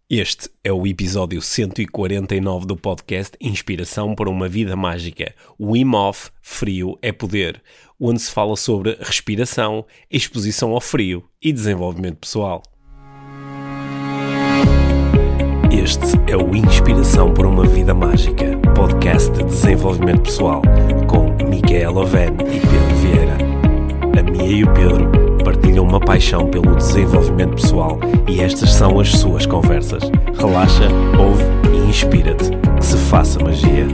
Este é o episódio 149 do podcast Inspiração para uma Vida Mágica. Wim Hof, Frio é Poder, onde se fala sobre respiração, exposição ao frio e desenvolvimento pessoal. Este é o Inspiração para uma Vida Mágica, podcast de desenvolvimento pessoal, com Micaela Oven e Pedro Vieira. A Mia e o Pedro partilham uma paixão pelo desenvolvimento pessoal e estas são as suas conversas. Relaxa, ouve e inspira-te. Que se faça magia.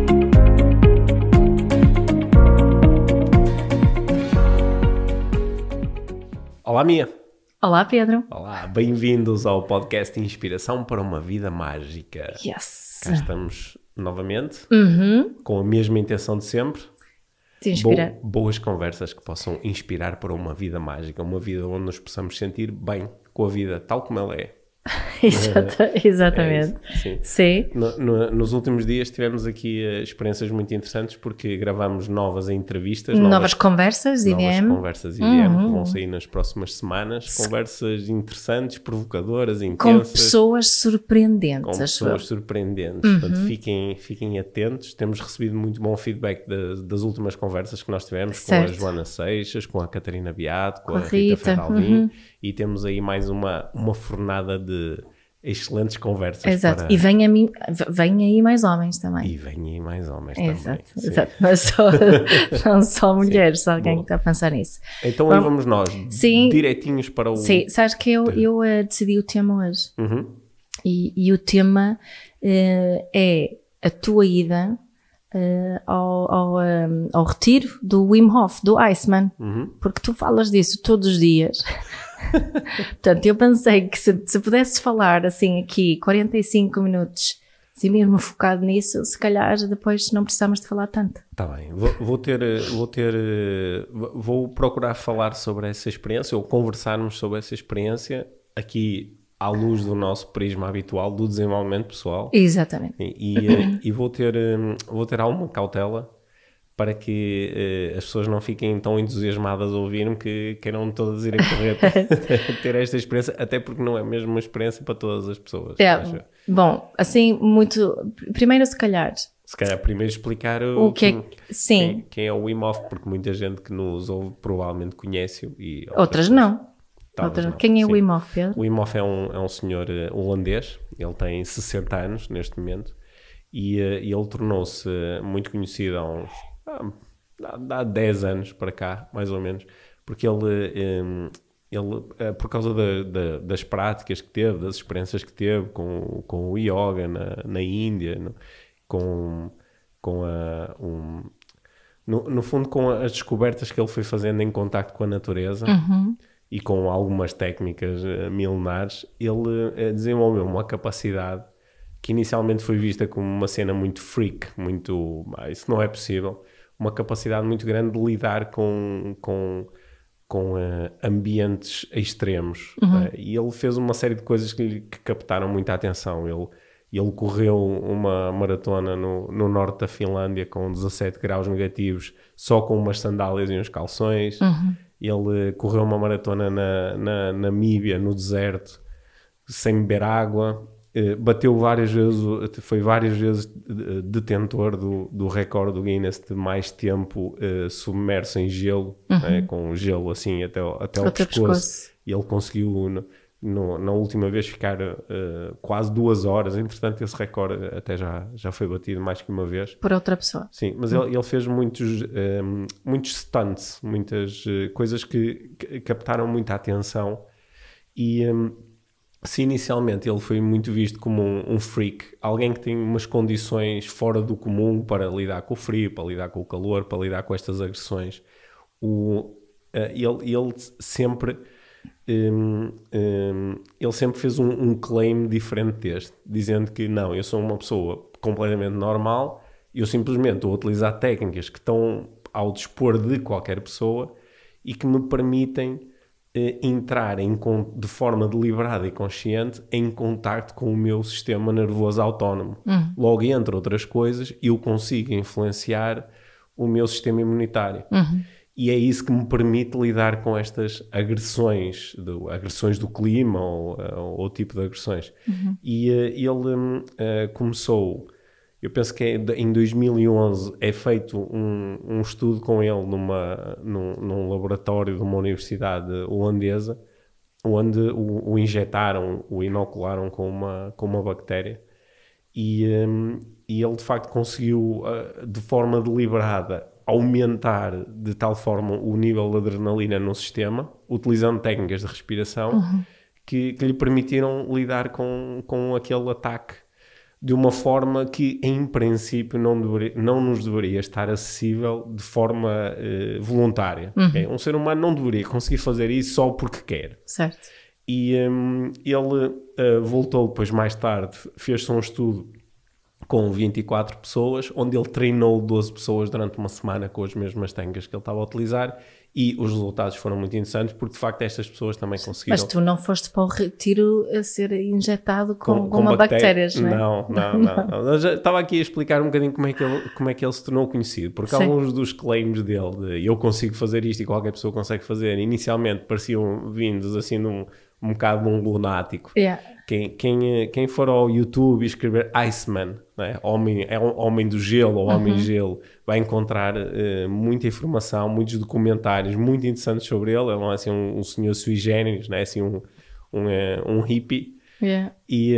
Olá, Mia. Olá, Pedro. Olá, bem-vindos ao podcast Inspiração para uma Vida Mágica. Yes. Cá estamos novamente, com a mesma intenção de sempre. Te inspirar. Boas conversas que possam inspirar para uma vida mágica, uma vida onde nos possamos sentir bem com a vida, tal como ela é. Exatamente. É Sim. Nos últimos dias tivemos aqui experiências muito interessantes porque gravamos novas entrevistas. Novas conversas IDM. Novas conversas IDM que vão sair nas próximas semanas. Conversas interessantes, provocadoras, intensas. Com pessoas surpreendentes. Portanto, fiquem atentos. Temos recebido muito bom feedback das últimas conversas que nós tivemos com a Joana Seixas, com a Catarina Beato, com a Rita Ferralvim. E temos aí mais uma fornada de excelentes conversas. Exato. E vem aí mais homens também. Exato. Mas não só mulheres, só alguém que está a pensar nisso. Então aí vamos nós, direitinhos para o... Sim, sabes que eu decidi o tema hoje. E o tema é a tua ida ao retiro do Wim Hof, do Iceman. Porque tu falas disso todos os dias. Portanto, eu pensei que se pudesses falar assim aqui 45 minutos, assim mesmo focado nisso, se calhar depois não precisamos de falar tanto. Está bem, vou procurar falar sobre essa experiência ou conversarmos sobre essa experiência aqui à luz do nosso prisma habitual do desenvolvimento pessoal. Exatamente. E vou ter alguma cautela para que as pessoas não fiquem tão entusiasmadas a ouvir-me que queiram todas ir a correr ter esta experiência, até porque não é mesmo uma experiência para todas as pessoas. Bom, assim, primeiro se calhar primeiro explicar quem é o Wim Hof, porque muita gente que nos ouve provavelmente conhece-o e outras não. Quem é o Wim Hof, Pedro? O Wim Hof é um senhor holandês, ele tem 60 anos neste momento e ele tornou-se muito conhecido há 10 anos para cá, mais ou menos, porque ele por causa das práticas que teve, das experiências que teve com o yoga na Índia, no fundo com as descobertas que ele foi fazendo em contacto com a natureza e com algumas técnicas milenares, ele desenvolveu uma capacidade que inicialmente foi vista como uma cena muito freak, isso não é possível, uma capacidade muito grande de lidar com ambientes extremos. E ele fez uma série de coisas que captaram muita atenção. Ele correu uma maratona no norte da Finlândia com 17 graus negativos, só com umas sandálias e uns calções. Ele correu uma maratona na Namíbia, no deserto, sem beber água. Bateu várias vezes, foi várias vezes detentor do recorde do Guinness de mais tempo submerso em gelo, com gelo assim até o pescoço. E ele conseguiu na última vez ficar quase 2 horas. Entretanto, esse recorde até já foi batido mais que uma vez. Por outra pessoa. Sim, mas ele fez muitos stunts, muitas coisas que captaram muita atenção e... se inicialmente ele foi muito visto como um freak, alguém que tem umas condições fora do comum para lidar com o frio, para lidar com o calor, para lidar com estas agressões, ele sempre fez um claim diferente deste, dizendo que não, eu sou uma pessoa completamente normal, eu simplesmente estou a utilizar técnicas que estão ao dispor de qualquer pessoa e que me permitem entrar de forma deliberada e consciente em contacto com o meu sistema nervoso autónomo. Logo, entre outras coisas, eu consigo influenciar o meu sistema imunitário. E é isso que me permite lidar com estas agressões do clima ou tipo de agressões. E ele começou, eu penso que em 2011 é feito um estudo com ele num laboratório de uma universidade holandesa, onde o injetaram, o inocularam com uma bactéria. E ele de facto conseguiu, de forma deliberada, aumentar de tal forma o nível de adrenalina no sistema, utilizando técnicas de respiração que lhe permitiram lidar com aquele ataque de uma forma que, em princípio, não nos deveria estar acessível de forma voluntária. Okay? Um ser humano não deveria conseguir fazer isso só porque quer. Certo. E ele voltou depois, mais tarde, fez-se um estudo com 24 pessoas, onde ele treinou 12 pessoas durante uma semana com as mesmas técnicas que ele estava a utilizar, e os resultados foram muito interessantes, porque de facto estas pessoas também conseguiram... Mas tu não foste para o retiro a ser injetado com uma bactérias, não é? Não. Eu já estava aqui a explicar um bocadinho como é que ele se tornou conhecido, porque Sim. alguns dos claims dele, de eu consigo fazer isto e qualquer pessoa consegue fazer, inicialmente pareciam vindos assim de um bocado de um lunático. Yeah. Quem for ao YouTube e escrever Iceman, né? Homem do gelo ou Homem Gelo, vai encontrar muita informação, muitos documentários muito interessantes sobre ele. Ele não é assim um senhor sui generis, não é assim um hippie. Yeah. E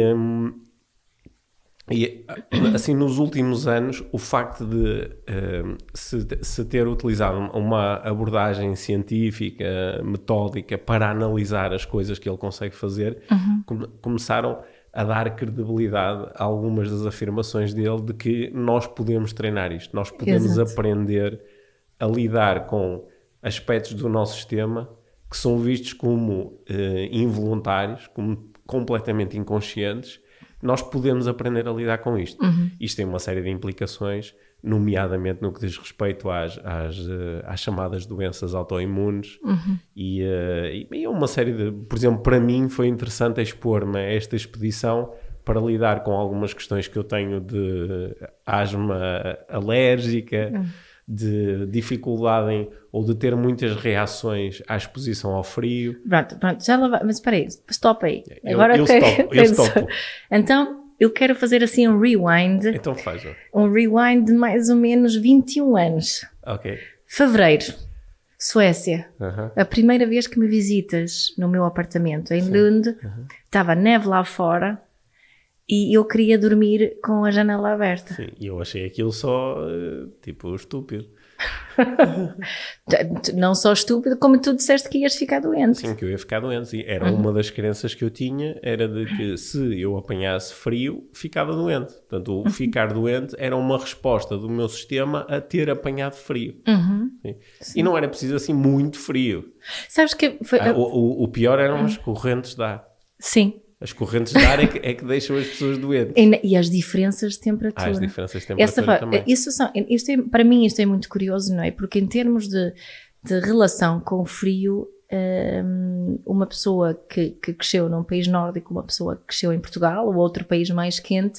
assim, nos últimos anos, o facto de se ter utilizado uma abordagem científica, metódica, para analisar as coisas que ele consegue fazer, começaram a dar credibilidade a algumas das afirmações dele de que nós podemos treinar isto, nós podemos aprender a lidar com aspectos do nosso sistema que são vistos como involuntários, como completamente inconscientes. Nós podemos aprender a lidar com isto. Isto tem uma série de implicações, nomeadamente no que diz respeito às chamadas doenças autoimunes e uma série de... Por exemplo, para mim foi interessante expor-me a esta expedição para lidar com algumas questões que eu tenho de asma alérgica, de dificuldade ou de ter muitas reações à exposição ao frio. Pronto, já lá vai. Mas espera aí, stop aí. Agora eu stopo. Então, eu quero fazer assim um rewind. Então faz. Um rewind de mais ou menos 21 anos. Ok. Fevereiro, Suécia. A primeira vez que me visitas no meu apartamento em Lund, estava neve lá fora e eu queria dormir com a janela aberta. Sim, e eu achei aquilo só, tipo, estúpido. Não só estúpido, como tu disseste que ias ficar doente. Sim, que eu ia ficar doente. Sim. Era uma das crenças que eu tinha, era de que se eu apanhasse frio, ficava doente. Portanto, o ficar doente era uma resposta do meu sistema a ter apanhado frio. Sim. Sim. E não era preciso assim muito frio. Sabes que foi... o pior eram as correntes de ar. Sim. As correntes de ar é que deixam as pessoas doentes. E as diferenças de temperatura. As diferenças de temperatura também. Para mim isto é muito curioso, não é? Porque em termos de relação com o frio, uma pessoa que cresceu num país nórdico, uma pessoa que cresceu em Portugal ou outro país mais quente,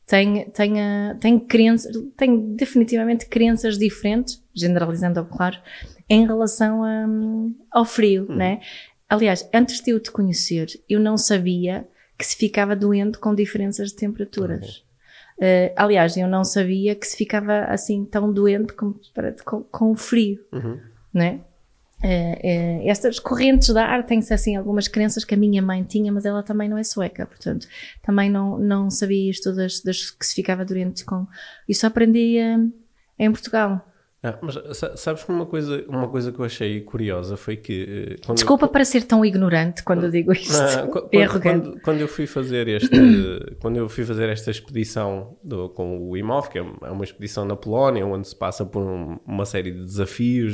tem definitivamente crenças diferentes, generalizando, claro, em relação ao frio, não é? Aliás, antes de eu te conhecer, eu não sabia que se ficava doente com diferenças de temperaturas. Aliás, eu não sabia que se ficava assim tão doente com o frio, né? Estas correntes de ar têm-se assim algumas crenças que a minha mãe tinha, mas ela também não é sueca, portanto, também não sabia isto das que se ficava doente com... Isso aprendi em Portugal. Mas sabes que uma coisa que eu achei curiosa foi que... Desculpa para ser tão ignorante quando eu digo isto. Quando eu fui fazer esta expedição com o Wim Hof, que é uma expedição na Polónia, onde se passa por uma série de desafios,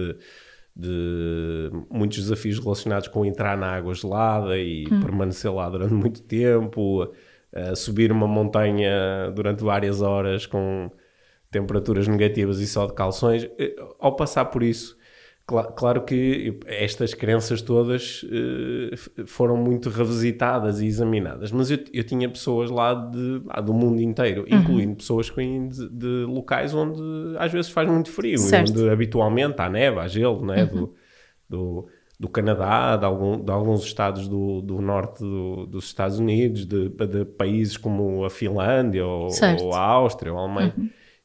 de muitos desafios relacionados com entrar na água gelada e permanecer lá durante muito tempo, subir uma montanha durante várias horas com temperaturas negativas e só de calções. Ao passar por isso, Claro que estas crenças todas foram muito revisitadas e examinadas, mas eu tinha pessoas lá do mundo inteiro, incluindo pessoas que vêm de locais onde às vezes faz muito frio, onde habitualmente há neve, há gelo, né? Do Canadá, de alguns estados do norte dos Estados Unidos, de países como a Finlândia ou a Áustria ou a Alemanha.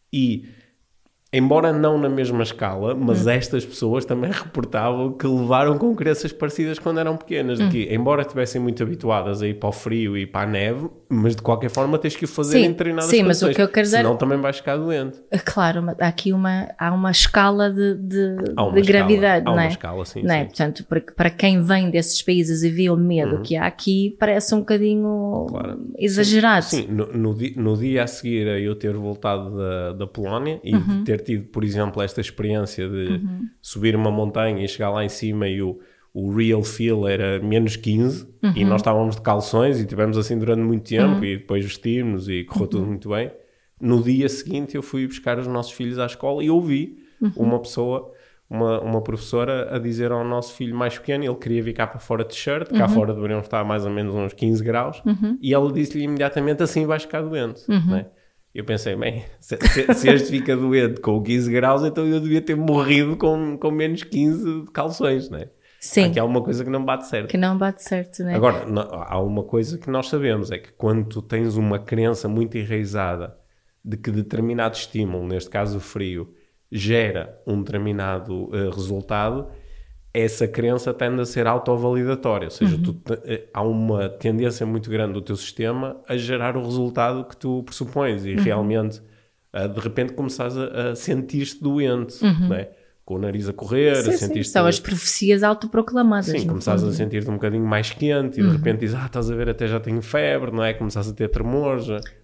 E embora não na mesma escala, mas estas pessoas também reportavam que levaram com crenças parecidas quando eram pequenas, de que, embora estivessem muito habituadas a ir para o frio e para a neve, mas de qualquer forma tens que o fazer em determinadas condições, mas o que eu quero dizer, senão também vais ficar doente. Claro, aqui há uma escala de gravidade, não é? Há uma escala, sim. Não é? Portanto, para quem vem desses países e vê o medo que há aqui, parece um bocadinho exagerado. Sim. No dia a seguir a eu ter voltado da Polónia e de ter tido, por exemplo, esta experiência de subir uma montanha e chegar lá em cima e o real feel era menos 15 e nós estávamos de calções e tivemos assim durante muito tempo e depois vestimos e correu tudo muito bem. No dia seguinte eu fui buscar os nossos filhos à escola e ouvi uma pessoa, uma professora a dizer ao nosso filho mais pequeno, ele queria vir cá para fora de t-shirt, cá fora deveriam estar mais ou menos uns 15 graus e ela disse-lhe imediatamente assim vais ficar doente, não é? Eu pensei, bem, se este fica doente com 15 graus, então eu devia ter morrido com menos 15 de calções, não é? Sim. Aqui há uma coisa que não bate certo. Que não bate certo, não é? Agora, há uma coisa que nós sabemos, é que quando tu tens uma crença muito enraizada de que determinado estímulo, neste caso o frio, gera um determinado resultado, essa crença tende a ser autovalidatória, ou seja, há uma tendência muito grande do teu sistema a gerar o resultado que tu pressupões e realmente, de repente, começares a sentir-te doente, não é? Com o nariz a correr, a sentir-te... São as profecias autoproclamadas. Sim, começares a sentir-te um bocadinho mais quente e de repente dizes, estás a ver, até já tenho febre, não é? Começares a ter tremores...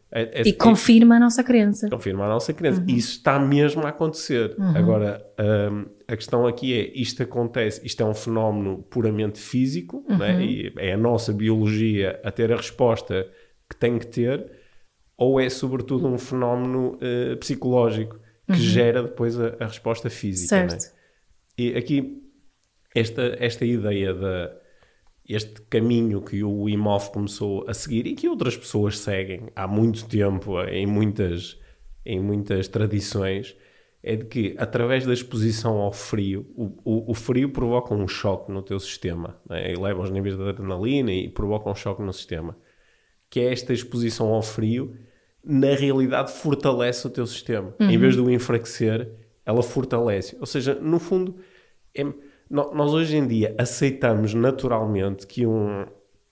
E confirma a nossa crença. Confirma a nossa crença. Isso está mesmo a acontecer. Agora, a questão aqui é, isto é um fenómeno puramente físico, né? E é a nossa biologia a ter a resposta que tem que ter, ou é sobretudo um fenómeno psicológico que gera depois a resposta física. Né? E aqui, esta ideia este caminho que o Wim Hof começou a seguir e que outras pessoas seguem há muito tempo, em muitas tradições, é de que através da exposição ao frio, o frio provoca um choque no teu sistema, né? Eleva os níveis de adrenalina e provoca um choque no sistema, que é esta exposição ao frio, na realidade fortalece o teu sistema. Em vez de o enfraquecer, ela fortalece. Ou seja, no fundo, nós hoje em dia aceitamos naturalmente que um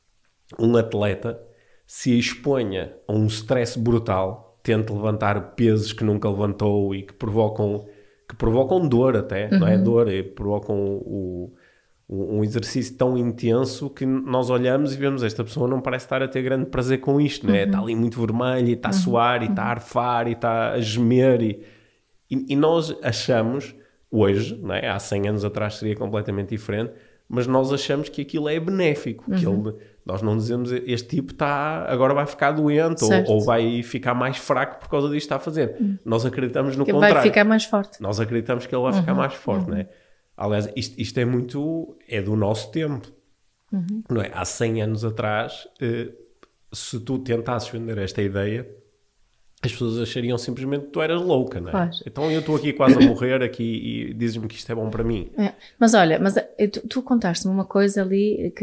atleta se exponha a um stress brutal, tente levantar pesos que nunca levantou e que provocam dor até, não é? Dor, e provocam um exercício tão intenso que nós olhamos e vemos esta pessoa não parece estar a ter grande prazer com isto, não é? Está ali muito vermelho e está a suar e está a arfar e está a gemer e nós achamos... Hoje, não é? Há 100 anos atrás seria completamente diferente, mas nós achamos que aquilo é benéfico, que nós não dizemos este tipo agora vai ficar doente ou vai ficar mais fraco por causa disto que está a fazer. Nós acreditamos no contrário. Vai ficar mais forte. Nós acreditamos que ele vai ficar mais forte, não é? Aliás, isto é do nosso tempo, não é? Há 100 anos atrás, se tu tentasses vender esta ideia, as pessoas achariam simplesmente que tu eras louca, não é? Pois. Então eu estou aqui quase a morrer aqui e dizes-me que isto é bom para mim. É. Mas olha, tu contaste-me uma coisa ali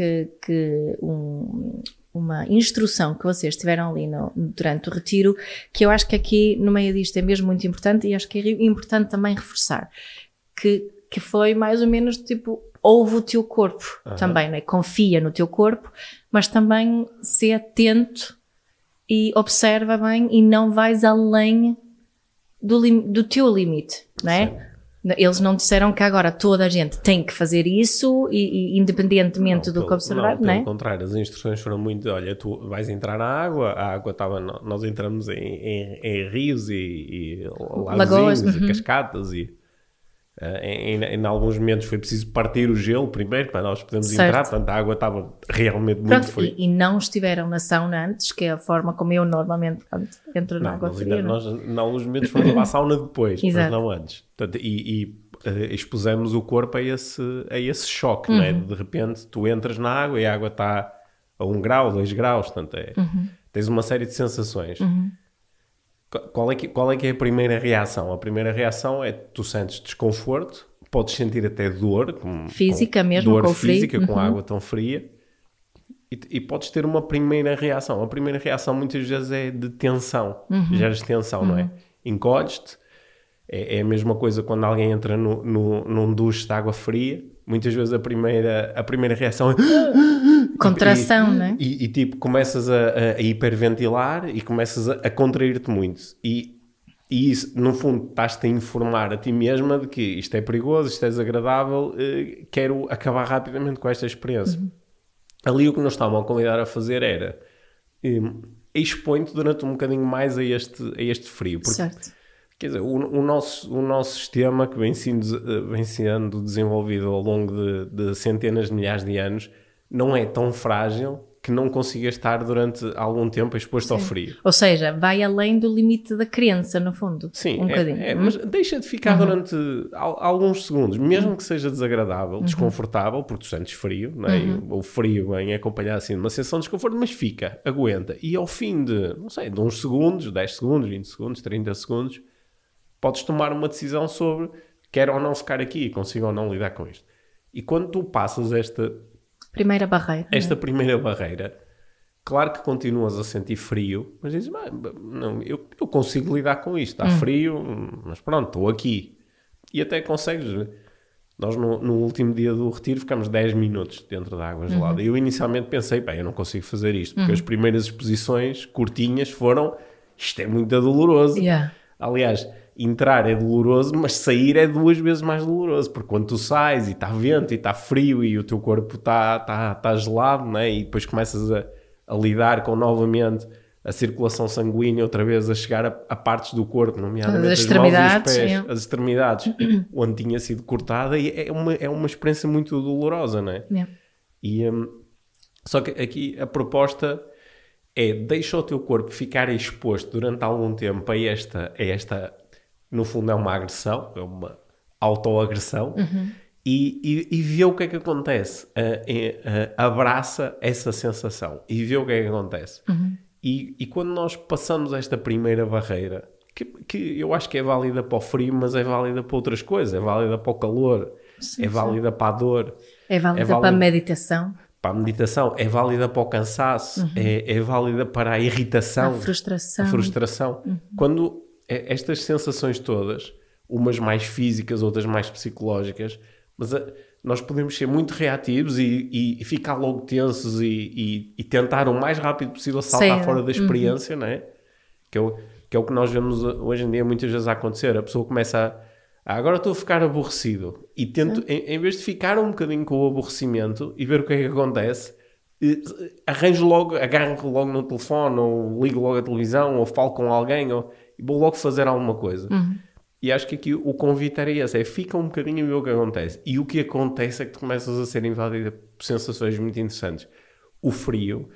uma instrução que vocês tiveram ali durante o retiro, que eu acho que aqui no meio disto é mesmo muito importante e acho que é importante também reforçar, que foi mais ou menos tipo, ouve o teu corpo também, não é? Confia no teu corpo, mas também ser atento e observa bem e não vais além do teu limite, não é? Sim. Eles não disseram que agora toda a gente tem que fazer isso e independentemente do que observar, não é? Pelo contrário, as instruções foram muito, olha, tu vais entrar na água, a água estava, nós entramos em rios e lagoas e cascatas e em alguns momentos foi preciso partir o gelo primeiro para nós podermos entrar, portanto a água estava realmente muito fria. E não estiveram na sauna antes, que é a forma como eu normalmente entro na água fria. Nós em alguns momentos fomos para a sauna depois, mas não antes. Portanto, e expusemos o corpo a esse choque, não é? De repente tu entras na água e a água está a 1 grau, 2 graus, portanto tens uma série de sensações. Qual é que é a primeira reação? A primeira reação é que tu sentes desconforto, podes sentir até dor, física mesmo, dor com o física, frio. com a água tão fria, e podes ter uma primeira reação. A primeira reação muitas vezes é de tensão, geras tensão, não é? Encolhes-te, é a mesma coisa quando alguém entra num duche de água fria, muitas vezes a primeira reação é contração, não é? E tipo, começas a hiperventilar e começas a contrair-te muito. E isso, no fundo, estás-te a informar a ti mesma de que isto é perigoso, isto é desagradável, quero acabar rapidamente com esta experiência. Ali o que nos estavam a convidar a fazer era expõe-te durante um bocadinho mais a este frio. Porque, certo. Quer dizer, o nosso sistema, que vem sendo desenvolvido ao longo de centenas de milhares de anos, não é tão frágil que não consiga estar durante algum tempo exposto ao frio. Ou seja, vai além do limite da crença, no fundo. Sim, bocadinho. mas deixa de ficar durante alguns segundos, mesmo que seja desagradável, desconfortável, porque tu sentes frio, não é? O frio vem acompanhado assim de uma sensação de desconforto, mas fica, aguenta. E ao fim de, não sei, de uns segundos, 10 segundos, 20 segundos, 30 segundos, podes tomar uma decisão sobre quero ou não ficar aqui, consigo ou não lidar com isto. E quando tu passas esta primeira barreira, primeira barreira, claro que continuas a sentir frio, mas dizes, não, eu consigo lidar com isto, está frio, mas pronto, estou aqui. E até consegues. Nós no último dia do retiro ficamos 10 minutos dentro da água gelada. E eu inicialmente pensei, eu não consigo fazer isto, porque as primeiras exposições curtinhas foram, isto é muito doloroso. Yeah. Aliás, entrar é doloroso, mas sair é 2 vezes mais doloroso, porque quando tu sais e está vento e está frio e o teu corpo está gelado, né? E depois começas a lidar com novamente a circulação sanguínea outra vez a chegar a partes do corpo, nomeadamente as mãos e os pés, as extremidades, onde tinha sido cortada, e é uma experiência muito dolorosa, não é? Yeah. E, só que aqui a proposta é deixa o teu corpo ficar exposto durante algum tempo a esta no fundo é uma agressão, é uma autoagressão, e vê o que é que acontece. Abraça essa sensação e vê o que é que acontece. E quando nós passamos esta primeira barreira, que eu acho que é válida para o frio, mas é válida para outras coisas, é válida para o calor, sim, é válida para a dor. É válida para a meditação. Para a meditação, é válida para o cansaço, é válida para a irritação. A frustração. Quando estas sensações todas, umas mais físicas, outras mais psicológicas, mas nós podemos ser muito reativos e ficar logo tensos e tentar o mais rápido possível saltar fora da experiência, não é? Que é o que nós vemos hoje em dia muitas vezes a acontecer. A pessoa começa agora estou a ficar aborrecido e tento, em vez de ficar um bocadinho com o aborrecimento e ver o que é que acontece, agarro logo no telefone, ou ligo logo a televisão, ou falo com alguém, e vou logo fazer alguma coisa. E acho que aqui o convite era esse, fica um bocadinho e vê o que acontece. E o que acontece é que tu começas a ser invadido por sensações muito interessantes. O frio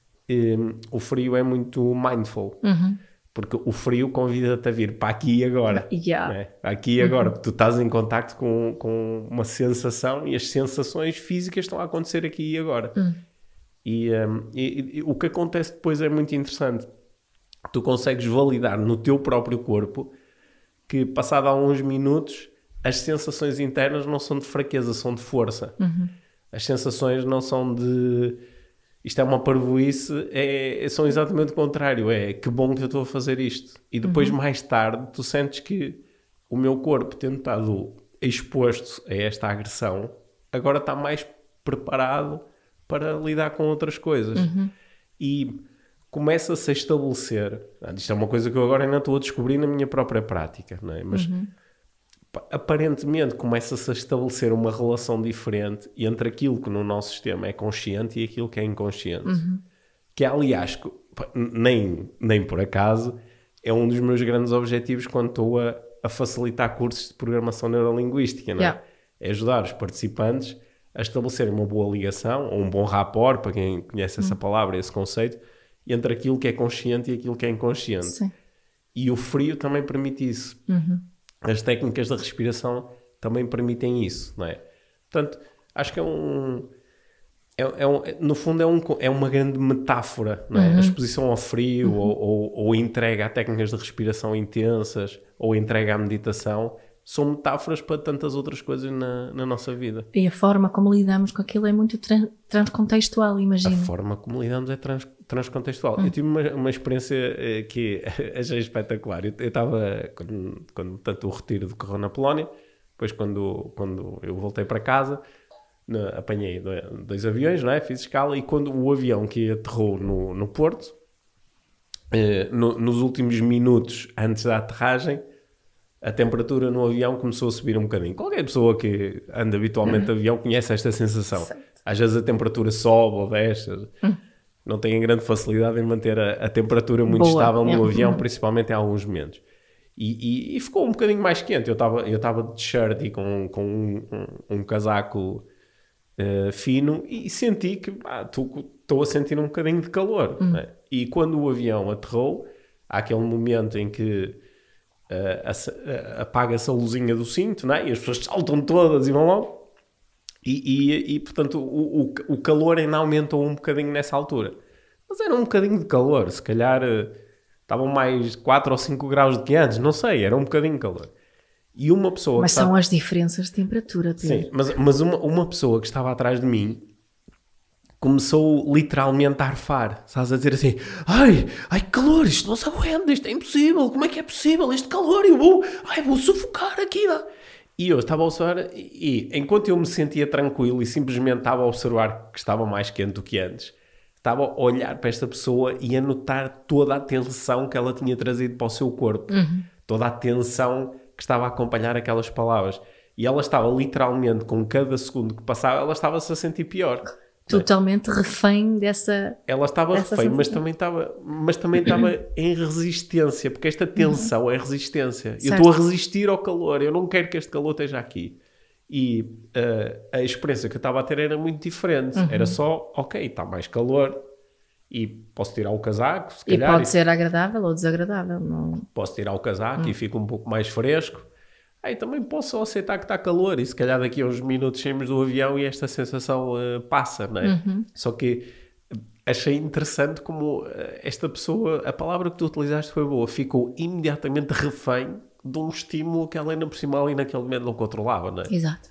é muito mindful. Porque o frio convida-te a vir para aqui e agora. Né? Aqui e agora. Porque tu estás em contacto com uma sensação e as sensações físicas estão a acontecer aqui e agora. E o que acontece depois é muito interessante. Tu consegues validar no teu próprio corpo que, passado alguns minutos, as sensações internas não são de fraqueza, são de força. As sensações não são de... Isto é uma parvoíce, são exatamente o contrário. Que bom que eu estou a fazer isto. E depois, mais tarde, tu sentes que o meu corpo, tendo estado exposto a esta agressão, agora está mais preparado para lidar com outras coisas. E começa-se a estabelecer... Isto é uma coisa que eu agora ainda estou a descobrir na minha própria prática, não é? Mas aparentemente começa-se a estabelecer uma relação diferente entre aquilo que no nosso sistema é consciente e aquilo que é inconsciente. Que, aliás, nem por acaso, é um dos meus grandes objetivos quando estou a facilitar cursos de programação neurolinguística, não é? É ajudar os participantes a estabelecerem uma boa ligação, ou um bom rapport, para quem conhece essa palavra, esse conceito, entre aquilo que é consciente e aquilo que é inconsciente. Sim. E o frio também permite isso. As técnicas da respiração também permitem isso, não é? Portanto, acho que no fundo é uma grande metáfora, não é? A exposição ao frio ou entrega a técnicas de respiração intensas ou entrega à meditação são metáforas para tantas outras coisas na nossa vida. E a forma como lidamos com aquilo é muito transcontextual, imagino. A forma como lidamos é transcontextual. Eu tive uma experiência que achei espetacular. Eu estava, quando o retiro decorreu na Polónia, depois quando eu voltei para casa, apanhei 2 aviões, não é? Fiz escala, e quando o avião que aterrou no Porto, nos últimos minutos antes da aterragem, a temperatura no avião começou a subir um bocadinho. Qualquer pessoa que anda habitualmente de avião conhece esta sensação. Certo. Às vezes a temperatura sobe ou desce. Não têm grande facilidade em manter a temperatura muito estável no avião, principalmente em alguns momentos. E ficou um bocadinho mais quente. Eu estava de t-shirt e com um casaco fino, e senti que estou a sentir um bocadinho de calor. Né? E quando o avião aterrou, há aquele momento em que apaga-se a luzinha do cinto, né? E as pessoas saltam todas e vão logo. E portanto, o calor ainda aumentou um bocadinho nessa altura. Mas era um bocadinho de calor. Se calhar estavam mais 4 ou 5 graus do que antes. Não sei, era um bocadinho de calor. E uma pessoa... Mas são as diferenças de temperatura, Pedro. Sim, mas uma pessoa que estava atrás de mim começou literalmente a arfar, estás a dizer assim, ai, calor, isto não se aguenta, isto é impossível, como é que é possível, este calor, eu vou sufocar aqui. E eu estava a observar, e enquanto eu me sentia tranquilo e simplesmente estava a observar que estava mais quente do que antes, estava a olhar para esta pessoa e a notar toda a tensão que ela tinha trazido para o seu corpo, toda a tensão que estava a acompanhar aquelas palavras. E ela estava literalmente, com cada segundo que passava, ela estava-se a sentir pior. Totalmente refém dessa... Ela estava refém, mas também estava em resistência, porque esta tensão é resistência. Certo. Eu estou a resistir ao calor, eu não quero que este calor esteja aqui. E a experiência que eu estava a ter era muito diferente. Era só, ok, está mais calor e posso tirar o casaco, se calhar. E pode ser agradável ou desagradável. Não... Posso tirar o casaco e fico um pouco mais fresco. Aí também posso só aceitar que está calor e se calhar daqui a uns minutos saímos do avião e esta sensação passa, não é? Só que achei interessante como esta pessoa, a palavra que tu utilizaste foi boa, ficou imediatamente refém de um estímulo que ela ainda por cima ali naquele momento não controlava, não é? Exato.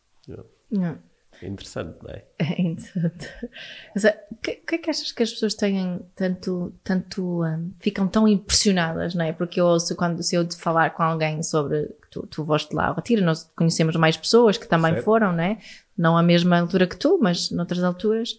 É interessante, não é? É interessante. O que é que achas que as pessoas têm ficam tão impressionadas, não é? Porque eu ouço, se eu te falar com alguém sobre tu foste lá ao retiro, nós conhecemos mais pessoas que também foram, não é? Não à mesma altura que tu, mas noutras alturas.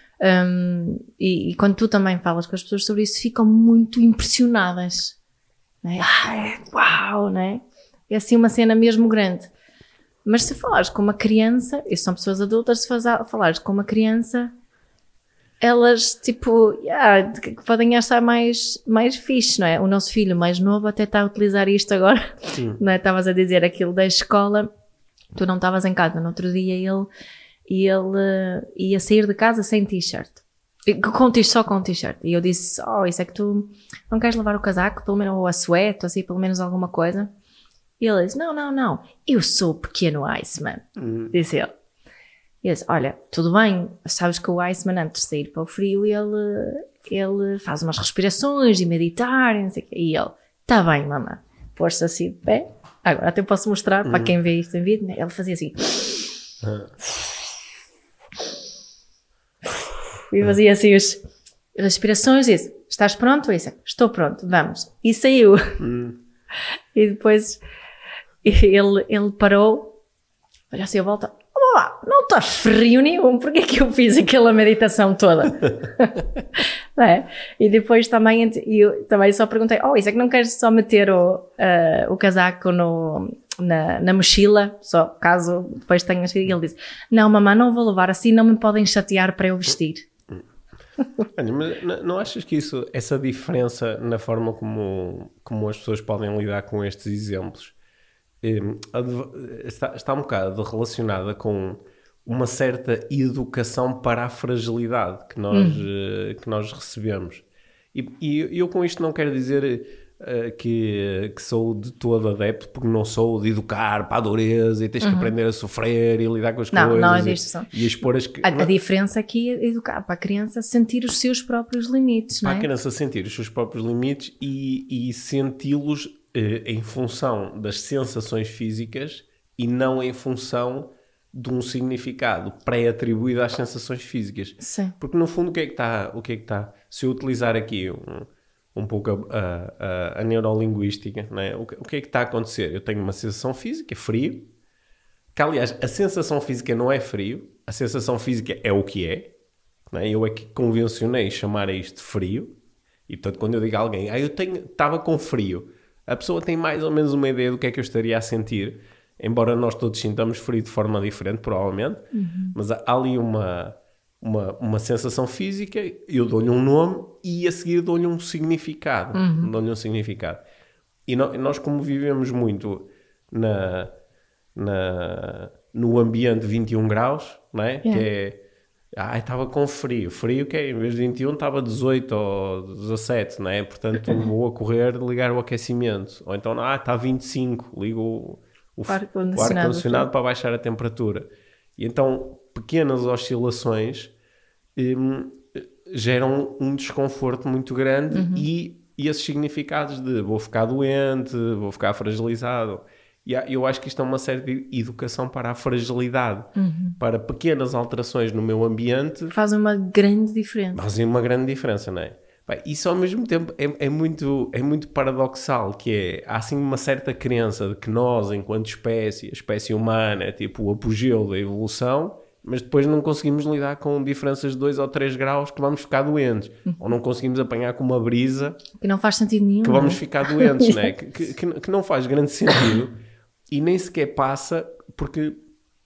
E quando tu também falas com as pessoas sobre isso, ficam muito impressionadas. Não é? Uau, não é? É assim uma cena mesmo grande. Mas se falares com uma criança, e são pessoas adultas, se falares com uma criança, elas, podem achar mais fixe, não é? O nosso filho mais novo até está a utilizar isto agora, não é? Estavas a dizer aquilo da escola, tu não estavas em casa, no outro dia ele ia sair de casa sem t-shirt. Só com t-shirt. E eu disse, isso é que tu não queres levar o casaco, pelo menos, ou a suéte, ou assim, pelo menos alguma coisa? E ele disse, não, eu sou o pequeno Iceman, disse ele. E eu disse, olha, tudo bem, sabes que o Iceman antes de sair para o frio, ele faz umas respirações e meditar, e não sei o quê. E ele, tá bem, mamãe, pôs-se assim de pé, agora até posso mostrar para quem vê isto em vídeo, né? Ele fazia assim, e fazia assim as respirações, e disse, estás pronto? Eu disse, estou pronto, vamos. E saiu. E depois... Ele parou, olha assim a volta, não está frio nenhum, porque é que eu fiz aquela meditação toda? Não é? E depois também só perguntei, isso é que não queres só meter o casaco na mochila, só caso depois tenhas que... E ele disse, não mamãe, não vou levar assim, não me podem chatear para eu vestir. Olha, mas não achas que essa diferença na forma como as pessoas podem lidar com estes exemplos está um bocado relacionada com uma certa educação para a fragilidade que nós recebemos. E eu com isto não quero dizer que sou de todo adepto, porque não sou de educar para a dureza e tens que aprender a sofrer e lidar com as coisas. Não é disto. E expor as... A diferença aqui é educar para a criança sentir os seus próprios limites, não é? Para a criança sentir os seus próprios limites e senti-los em função das sensações físicas e não em função de um significado pré-atribuído às sensações físicas. Sim. Porque no fundo o que é que está? Se eu utilizar aqui um pouco a neurolinguística, não é? O que é que está a acontecer? Eu tenho uma sensação física, frio, que aliás a sensação física não é frio, a sensação física é o que é, não é? Eu é que convencionei chamar a isto frio, e portanto quando eu digo a alguém, eu estava com frio, a pessoa tem mais ou menos uma ideia do que é que eu estaria a sentir, embora nós todos sintamos frio de forma diferente, provavelmente, mas há ali uma sensação física, eu dou-lhe um nome e a seguir dou-lhe um significado. Dou-lhe um significado. E nós, como vivemos muito no ambiente 21 graus, não é? Que é... estava com frio. Frio que é, em vez de 21 estava 18 ou 17, não é? Portanto, vou a correr ligar o aquecimento. Ou então, está 25, ligo o ar-condicionado para baixar a temperatura. E então, pequenas oscilações geram um desconforto muito grande e esses significados de vou ficar doente, vou ficar fragilizado. E eu acho que isto é uma série de educação para a fragilidade, para pequenas alterações no meu ambiente. Fazem uma grande diferença. Fazem uma grande diferença, não é? Bem, isso ao mesmo tempo é muito paradoxal, que há assim uma certa crença de que nós, enquanto espécie, a espécie humana é tipo o apogeu da evolução, mas depois não conseguimos lidar com diferenças de 2 ou 3 graus que vamos ficar doentes. Ou não conseguimos apanhar com uma brisa... Que não faz sentido nenhum. Que vamos ficar doentes, não é? Que não faz grande sentido e nem sequer passa, porque...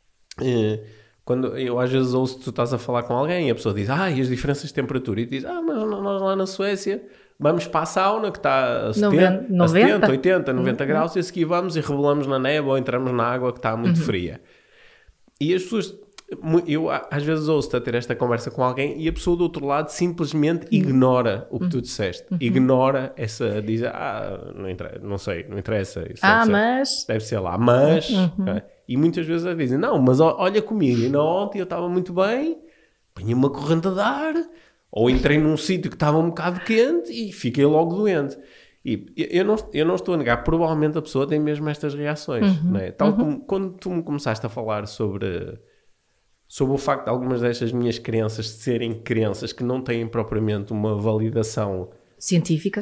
Quando eu às vezes ouço que tu estás a falar com alguém e a pessoa diz, e as diferenças de temperatura, e tu diz, mas nós lá na Suécia vamos para a sauna que está a 70, 80, 90 graus e a seguir vamos e rebolamos na neve ou entramos na água que está muito fria. E as pessoas, eu às vezes ouço-te a ter esta conversa com alguém e a pessoa do outro lado simplesmente ignora o que tu disseste. Ignora essa, diz, não sei, não interessa. Isso mas... Deve ser lá, mas... E muitas vezes eles dizem, não, mas olha comigo, e ontem eu estava muito bem, apanhei uma corrente de ar, ou entrei num sítio que estava um bocado quente e fiquei logo doente. E eu não estou a negar, provavelmente a pessoa tem mesmo estas reações. Não é? Tal como quando tu me começaste a falar sobre o facto de algumas destas minhas crenças serem crenças que não têm propriamente uma validação científica,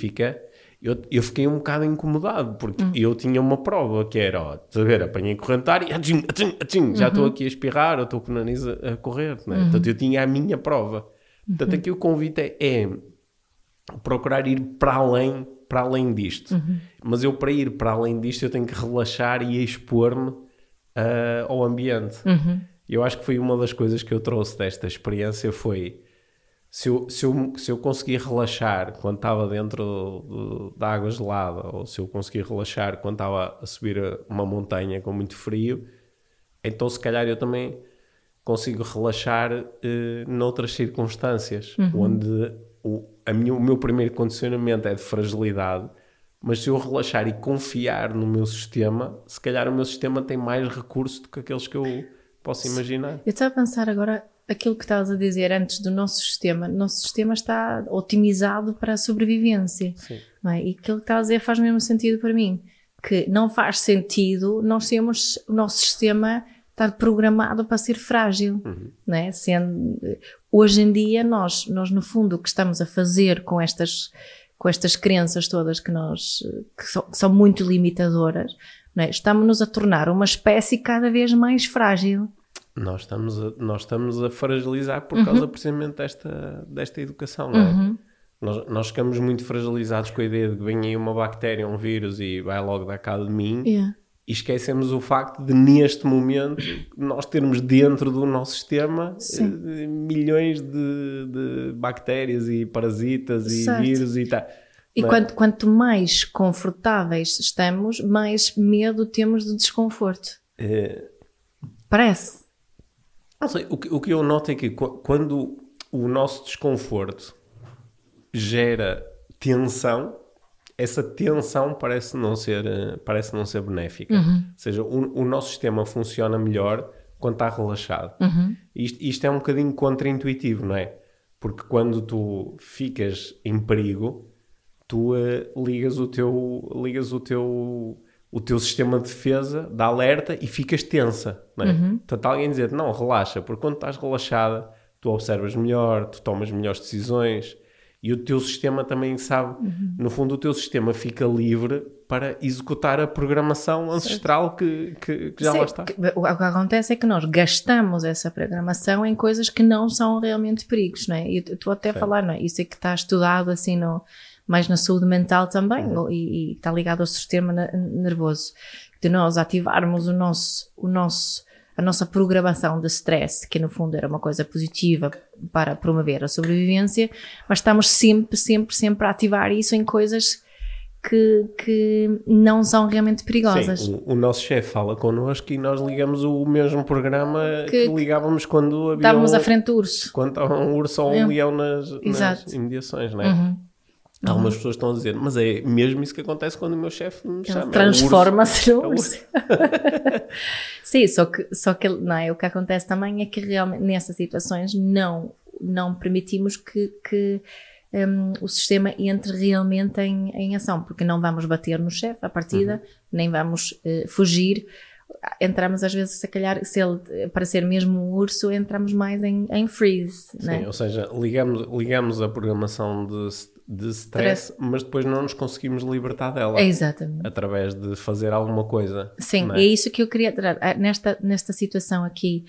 eu fiquei um bocado incomodado, porque eu tinha uma prova que era, apanhei corrente de ar e já estou aqui a espirrar, eu estou com o nariz a correr, não é? Portanto, eu tinha a minha prova. Portanto, aqui o convite é procurar ir para além disto. Mas eu, para ir para além disto, eu tenho que relaxar e expor-me ao ambiente. Eu acho que foi uma das coisas que eu trouxe desta experiência foi... Se eu conseguir relaxar quando estava dentro da água gelada, ou se eu conseguir relaxar quando estava a subir uma montanha com muito frio, então se calhar eu também consigo relaxar noutras circunstâncias, onde o meu primeiro condicionamento é de fragilidade, mas se eu relaxar e confiar no meu sistema, se calhar o meu sistema tem mais recursos do que aqueles que eu posso imaginar. Eu estava a pensar agora... Aquilo que estavas a dizer antes do nosso sistema está otimizado para a sobrevivência. Não é? E aquilo que estavas a dizer faz mesmo sentido para mim. Que não faz sentido o nosso sistema estar programado para ser frágil. Não é? Hoje em dia, nós no fundo, o que estamos a fazer com estas crenças todas que são muito limitadoras, não é? Estamos-nos a tornar uma espécie cada vez mais frágil. Nós estamos a fragilizar por causa precisamente desta educação, não é? Nós ficamos muito fragilizados com a ideia de que vem aí uma bactéria, um vírus e vai logo dar cabo de mim e esquecemos o facto de neste momento nós termos dentro do nosso sistema milhões de bactérias e parasitas e vírus e tal. E quanto mais confortáveis estamos, mais medo temos do desconforto. Parece. Não sei, o que eu noto é que quando o nosso desconforto gera tensão, essa tensão parece não ser benéfica. Ou seja, o nosso sistema funciona melhor quando está relaxado. Isto é um bocadinho contra-intuitivo, não é? Porque quando tu ficas em perigo, tu ligas o teu sistema de defesa, de alerta, e ficas tensa, não é? Portanto, alguém dizer, não, relaxa, porque quando estás relaxada, tu observas melhor, tu tomas melhores decisões, e o teu sistema também sabe, no fundo o teu sistema fica livre para executar a programação ancestral que já lá está. O que acontece é que nós gastamos essa programação em coisas que não são realmente perigos, não é? E tu até falar, não é? Isso é que está estudado assim mais na saúde mental também, e está ligado ao sistema nervoso. De nós ativarmos a nossa programação de stress, que no fundo era uma coisa positiva para promover a sobrevivência, mas estamos sempre a ativar isso em coisas que não são realmente perigosas. Sim, o nosso chefe fala connosco e nós ligamos o mesmo programa que ligávamos quando havia estávamos à frente do urso. Quando estava um urso ou um leão nas imediações, não é? Algumas pessoas estão a dizer, mas é mesmo isso que acontece quando o meu chefe me chama. Transforma-se no urso. Sim, só que não é? O que acontece também é que realmente nessas situações não permitimos que o sistema entre realmente em ação, porque não vamos bater no chefe à partida, nem vamos fugir. Entramos às vezes, se calhar, se ele para ser mesmo um urso, entramos mais em freeze. Sim, né? Ou seja, ligamos a programação de stress, mas depois não nos conseguimos libertar dela. Exatamente. Através de fazer alguma coisa. Sim, é isso que eu queria trazer. Nesta situação aqui,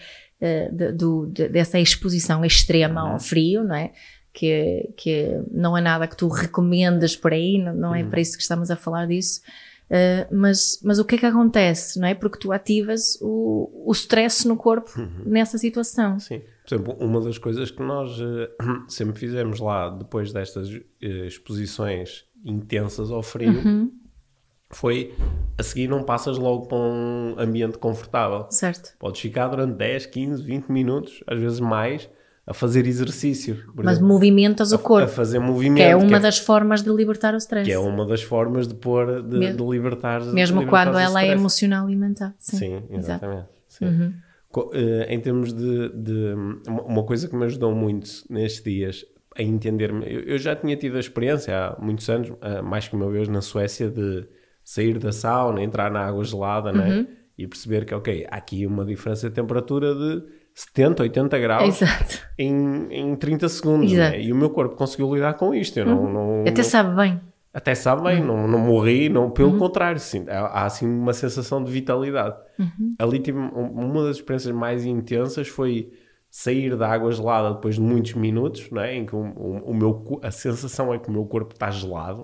dessa exposição extrema ao frio, não é? Que não é nada que tu recomendas por aí, não é para isso que estamos a falar disso. Mas o que é que acontece, não é? Porque tu ativas o stress no corpo nessa situação. Sim. Por exemplo, uma das coisas que nós sempre fizemos lá, depois destas exposições intensas ao frio, foi, a seguir não passas logo para um ambiente confortável. Certo. Podes ficar durante 10, 15, 20 minutos, às vezes mais, a fazer exercício. Mas movimentas o corpo. A fazer movimento. Que é uma das formas de libertar o stress. Que é uma das formas de libertar. Mesmo quando ela é emocional e mental. Sim, exatamente. Sim. Em termos de uma coisa que me ajudou muito nestes dias a entender-me, eu já tinha tido a experiência há muitos anos, mais que uma vez na Suécia, de sair da sauna, entrar na água gelada, né? E perceber que, ok, há aqui uma diferença de temperatura de 70, 80 graus em 30 segundos, né? E o meu corpo conseguiu lidar com isto. Até sabe bem. Até sabe bem, não morri, pelo contrário, sim, há assim uma sensação de vitalidade. Ali tive uma das experiências mais intensas foi sair da água gelada depois de muitos minutos, não é? Em que a sensação é que o meu corpo está gelado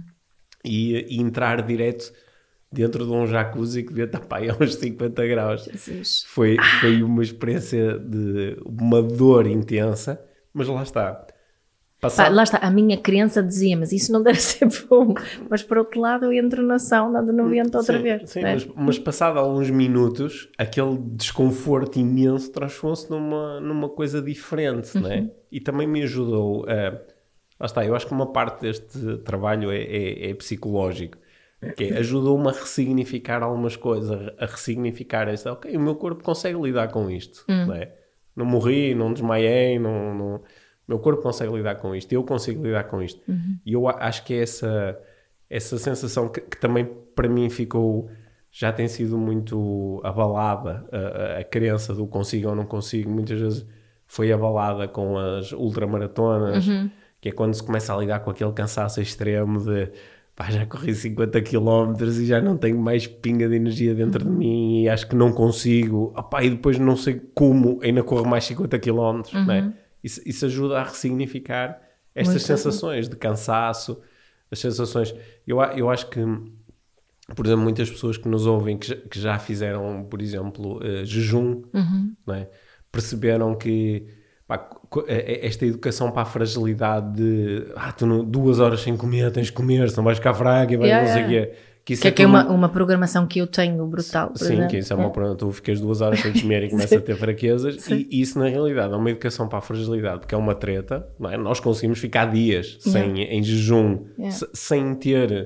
e entrar direto dentro de um jacuzzi que devia estar para aí a uns 50 graus. Jesus. Foi uma experiência de uma dor intensa, mas lá está. Lá está, a minha crença dizia, mas isso não deve ser bom. Mas por outro lado eu entro na sauna de 90 outra vez. Sim, mas passado alguns minutos, aquele desconforto imenso transformou-se numa coisa diferente, não é? E também me ajudou lá está, eu acho que uma parte deste trabalho é psicológico, que ajudou-me a ressignificar algumas coisas, a ressignificar esta, ok, o meu corpo consegue lidar com isto, não é? Não morri, não desmaiei, o meu corpo consegue lidar com isto, eu consigo lidar com isto. E eu acho que é essa sensação que também para mim já tem sido muito abalada, a crença do consigo ou não consigo, muitas vezes foi abalada com as ultramaratonas, que é quando se começa a lidar com aquele cansaço extremo de já corri 50 km e já não tenho mais pinga de energia dentro de mim e acho que não consigo, e depois não sei como ainda corro mais 50 km, não é? Isso ajuda a ressignificar estas sensações de cansaço, as sensações. Eu acho que, por exemplo, muitas pessoas que nos ouvem que já fizeram, por exemplo, jejum, não é? Perceberam que esta educação para a fragilidade de tu 2 horas sem comer, tens de comer, senão vais ficar fraco e não sei o quê, Que isso que é uma programação que eu tenho brutal, por sim, exemplo. que isso é uma programação. Tu ficas 2 horas sem comer e começas a ter fraquezas. E isso, na realidade, é uma educação para a fragilidade, porque é uma treta, não é? Nós conseguimos ficar dias em jejum, sem ter...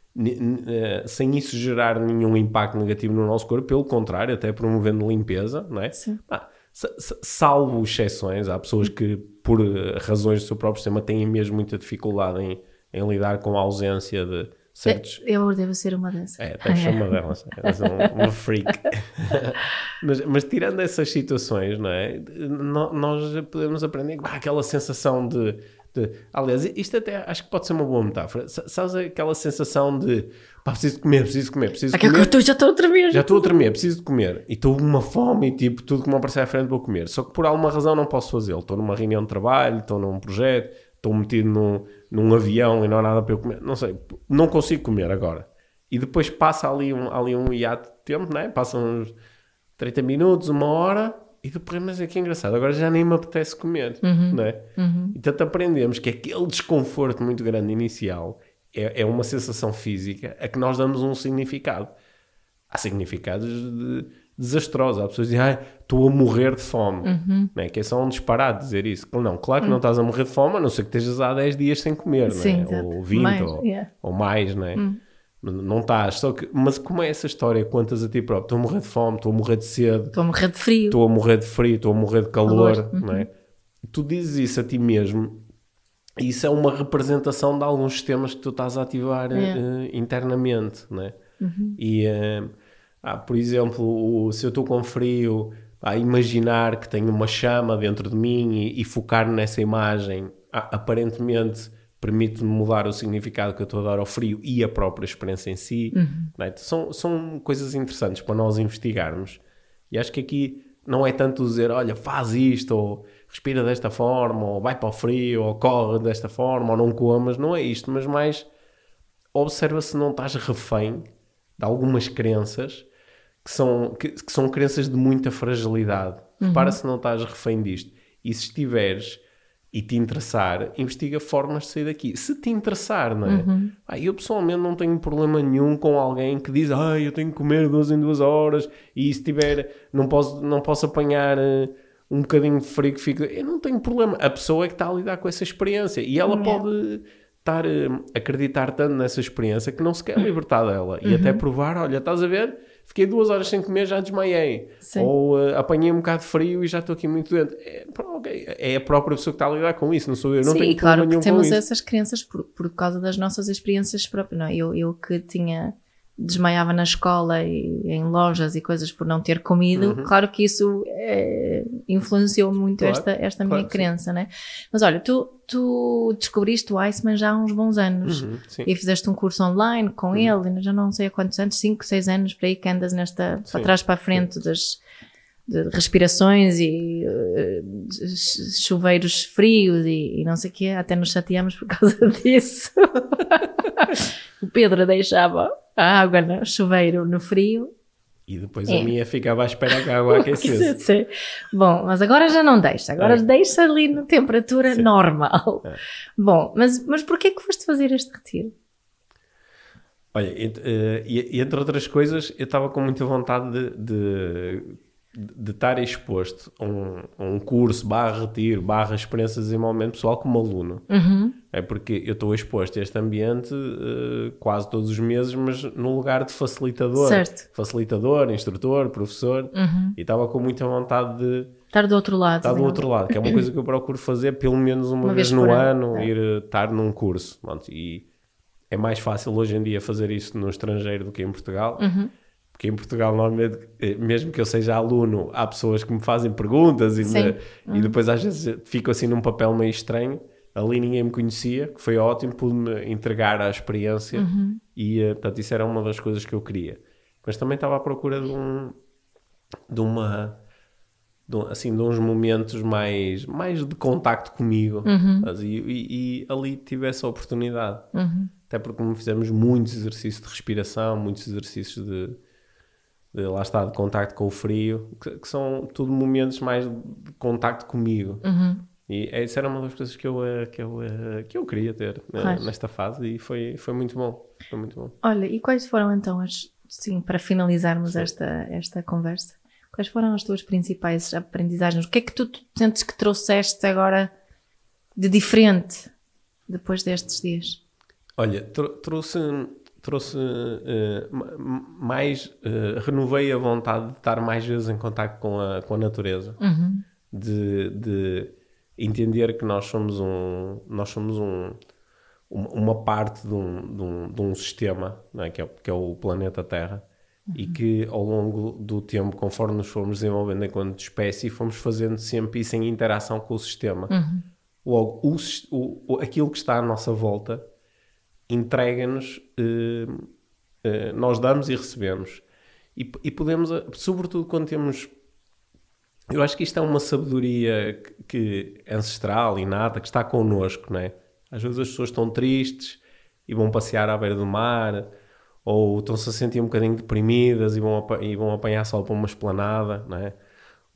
sem isso gerar nenhum impacto negativo no nosso corpo, pelo contrário, até promovendo limpeza, não é? Sim. Salvo exceções, há pessoas que, por razões do seu próprio sistema, têm mesmo muita dificuldade em lidar com a ausência de certos... Eu devo ser uma dessas. Deve ser uma delas. És uma freak. mas tirando essas situações, não é? Nós podemos aprender aquela sensação de... Aliás, isto até acho que pode ser uma boa metáfora. Sabes aquela sensação de preciso comer. Eu já estou a tremer. Já estou a tremer, preciso de comer. E estou com uma fome e tipo, tudo que me aparecer à frente vou comer. Só que por alguma razão não posso fazê-lo. Estou numa reunião de trabalho, estou num projeto, estou metido num avião e não há nada para eu comer. Não sei, não consigo comer agora. E depois passa ali um hiato de tempo, não é? Passa uns 30 minutos, 1 hora... E depois, mas é que é engraçado, agora já nem me apetece comer, não é? Então aprendemos que aquele desconforto muito grande inicial é uma sensação física a que nós damos um significado. Há significados desastrosos. Há pessoas que dizem, estou a morrer de fome. Não é? Que é só um disparate dizer isso. Não, claro que não estás a morrer de fome, a não ser que estejas há 10 dias sem comer, Sim, não é? Ou 20, mais, ou mais, não é? Não estás, mas como é essa história que contas a ti próprio? Estou a morrer de fome, estou a morrer de sede, estou a morrer de frio, estou a morrer de calor. Não é? Tu dizes isso a ti mesmo e isso é uma representação de alguns sistemas que tu estás a ativar internamente, não é? E, por exemplo, se eu estou com frio, imaginar que tenho uma chama dentro de mim e focar nessa imagem, aparentemente... permite-me mudar o significado que eu estou a dar ao frio e a própria experiência em si. Não é? São coisas interessantes para nós investigarmos. E acho que aqui não é tanto dizer, olha, faz isto, ou respira desta forma, ou vai para o frio, ou corre desta forma, ou não comas. Não é isto, mas mais observa se não estás refém de algumas crenças que são crenças de muita fragilidade. Repara se não estás refém disto. E se estiveres... e te interessar, investiga formas de sair daqui. Se te interessar, não é? Eu pessoalmente não tenho problema nenhum com alguém que diz eu tenho que comer 2 em 2 horas e se tiver, não posso apanhar um bocadinho de frio que fica... Eu não tenho problema. A pessoa é que está a lidar com essa experiência e ela pode estar a acreditar tanto nessa experiência que não se quer libertar dela e até provar, olha, estás a ver? Fiquei 2 horas sem comer, já desmaiei. Sim. Ou apanhei um bocado de frio e já estou aqui muito doente. É a própria pessoa que está a lidar com isso, não sou eu. Não tenho claro que temos isso. Essas crenças por causa das nossas experiências próprias. Não, eu que desmaiava na escola e em lojas e coisas por não ter comido, claro que isso influenciou muito esta minha crença, né? Mas olha, tu descobriste o Iceman já há uns bons anos e fizeste um curso online com ele, já não sei há quantos anos, 5, 6 anos para aí que andas para trás para a frente de respirações e chuveiros frios e não sei o quê, até nos chateamos por causa disso. O Pedro deixava a água no chuveiro no frio. E depois a minha ficava à espera que a água aquecesse. Bom, mas agora já não deixa. Agora deixa ali na temperatura normal. Bom, mas porquê que foste fazer este retiro? Olha, e entre outras coisas, eu estava com muita vontade de estar exposto a um curso, /retiro, /experiência de desenvolvimento pessoal como aluno. É porque eu estou exposto a este ambiente quase todos os meses, mas no lugar de facilitador. Certo. Facilitador, instrutor, professor. E estava com muita vontade de... estar do outro lado. Estar do outro lado, que é uma coisa que eu procuro fazer pelo menos uma vez no ano, estar num curso. Pronto, e é mais fácil hoje em dia fazer isso no estrangeiro do que em Portugal. Porque em Portugal, normalmente, mesmo que eu seja aluno, há pessoas que me fazem perguntas e depois às vezes fico assim num papel meio estranho. Ali ninguém me conhecia, que foi ótimo, pude-me entregar à experiência e, portanto, isso era uma das coisas que eu queria. Mas também estava à procura de uns momentos mais de contacto comigo e ali tive essa oportunidade. Até porque me fizemos muitos exercícios de respiração, muitos exercícios de lá está, de contacto com o frio, que são tudo momentos mais de contacto comigo. E essa era uma das coisas que eu queria ter nesta fase, e foi muito bom. Foi muito bom. Olha, e quais foram então sim, para finalizarmos esta conversa, quais foram as tuas principais aprendizagens? O que é que tu sentes que trouxeste agora de diferente depois destes dias? Olha, trouxe mais, renovei a vontade de estar mais vezes em contacto com a natureza, de entender que nós somos uma parte de um sistema, não é? que é o planeta Terra, e que ao longo do tempo, conforme nos fomos desenvolvendo enquanto espécie, fomos fazendo sempre isso em interação com o sistema. Logo, aquilo que está à nossa volta entrega-nos, nós damos e recebemos. E podemos, sobretudo quando temos... Eu acho que isto é uma sabedoria que ancestral, inata, que está connosco, não é? Às vezes as pessoas estão tristes e vão passear à beira do mar, ou estão-se a sentir um bocadinho deprimidas e vão apanhar sol para uma esplanada, não é?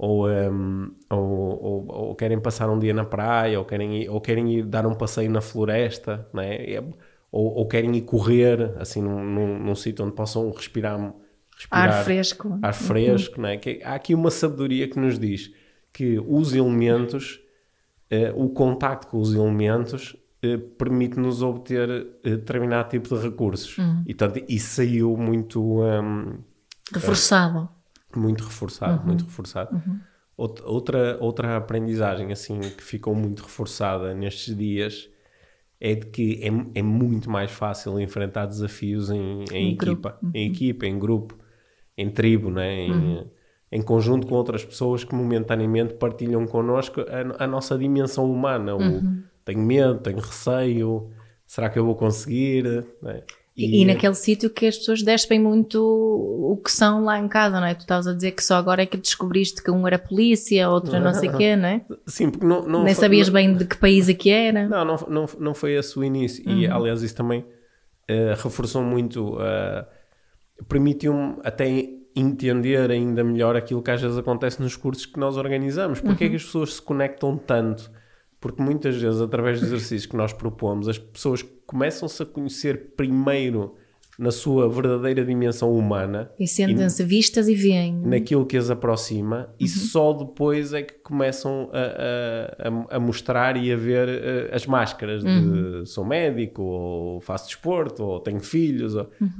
Ou querem passar um dia na praia, ou querem ir dar um passeio na floresta, não é? Ou querem ir correr assim num sítio onde possam respirar ar fresco, não é? Há aqui uma sabedoria que nos diz que os elementos, o contacto com os elementos, permite-nos obter determinado tipo de recursos. E portanto, isso saiu muito reforçado. Muito reforçado. Outra aprendizagem assim que ficou muito reforçada nestes dias é de que é muito mais fácil enfrentar desafios em equipa, em grupo, em tribo, né? Em conjunto com outras pessoas que momentaneamente partilham connosco a nossa dimensão humana. Tenho medo, tenho receio, será que eu vou conseguir? Né? E naquele sítio que as pessoas despem muito o que são lá em casa, não é? Tu estavas a dizer que só agora é que descobriste que um era polícia, outro não sei o quê, não é? Sim, porque não nem sabias bem de que país é que era. Não foi esse o início. E aliás isso também reforçou muito, permitiu-me até entender ainda melhor aquilo que às vezes acontece nos cursos que nós organizamos. Porque é que as pessoas se conectam tanto? Porque muitas vezes, através dos exercícios que nós propomos, as pessoas começam-se a conhecer primeiro na sua verdadeira dimensão humana. E sentem-se vistas e veem. Naquilo que as aproxima. E só depois é que começam a mostrar e a ver as máscaras de sou médico, ou faço desporto, ou tenho filhos.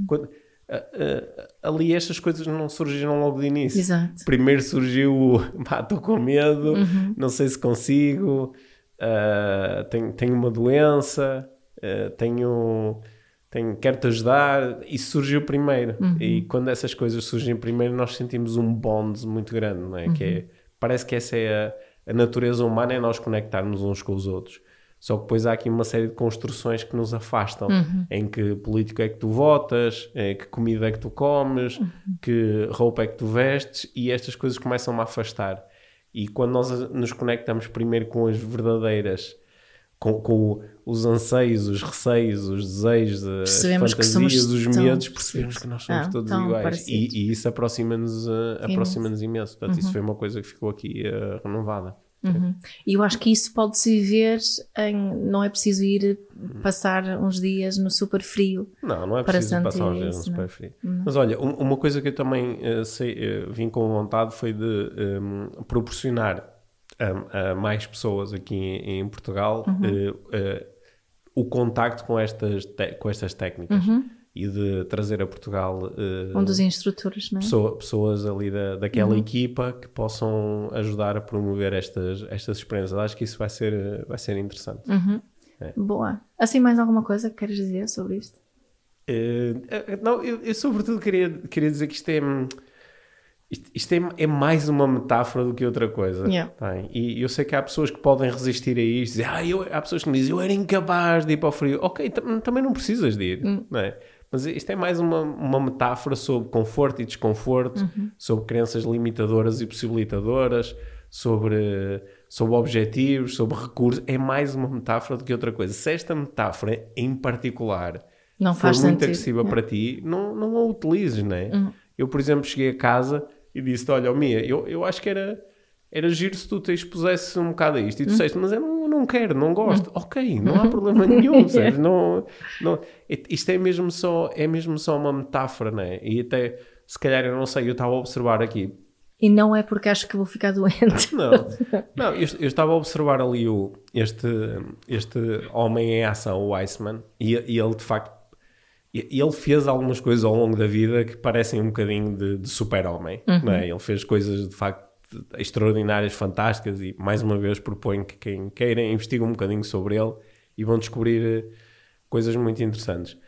Ali estas coisas não surgiram logo de início. Exato. Primeiro surgiu estou com medo, não sei se consigo... tenho uma doença, quero-te ajudar. Isso surgiu primeiro. E quando essas coisas surgem primeiro, nós sentimos um bond muito grande, não é? Parece que essa é a natureza humana, é nós conectarmos uns com os outros. Só que depois há aqui uma série de construções que nos afastam, em que político é que tu votas, que comida é que tu comes, que roupa é que tu vestes, e estas coisas começam-me a afastar. E quando nós nos conectamos primeiro com as verdadeiras, com os anseios, os receios, os desejos, as fantasias, os medos, percebemos que nós somos todos iguais. E isso aproxima-nos imenso. Portanto, isso foi uma coisa que ficou aqui renovada. E eu acho que isso pode-se viver não é preciso ir passar uns dias no super frio. Não é preciso passar uns dias no super frio. Mas olha, uma coisa que eu também vim com vontade foi de proporcionar a mais pessoas aqui em Portugal o contacto com estas técnicas. E de trazer a Portugal um dos instrutores, não é? Pessoas ali daquela equipa que possam ajudar a promover estas experiências. Acho que isso vai ser interessante. Boa. Assim, mais alguma coisa que queres dizer sobre isto? Não, eu sobretudo queria dizer que isto é mais uma metáfora do que outra coisa. Bem, e eu sei que há pessoas que podem resistir a isto. Há pessoas que me dizem, eu era incapaz de ir para o frio. Ok, também não precisas de ir. Não é? Mas isto é mais uma metáfora sobre conforto e desconforto, sobre crenças limitadoras e possibilitadoras, sobre objetivos, sobre recursos. É mais uma metáfora do que outra coisa. Se esta metáfora em particular não for muito agressiva para ti, não a utilizes, não é? Eu, por exemplo, cheguei a casa e disse-te, olha, Mia, eu acho que era era giro se tu te expusesse um bocado a isto e tu disseste, mas eu não quero, não gosto. Ok, não há problema nenhum, sabes? Isto é mesmo só uma metáfora, não é? E até, se calhar, eu não sei, eu estava a observar aqui. E não é porque acho que vou ficar doente. Não, eu estava a observar ali este homem em ação, o Iceman, e ele, de facto, ele fez algumas coisas ao longo da vida que parecem um bocadinho de super-homem, não é? Ele fez coisas, de facto, extraordinárias, fantásticas, e mais uma vez proponho que quem queira investigue um bocadinho sobre ele e vão descobrir coisas muito interessantes.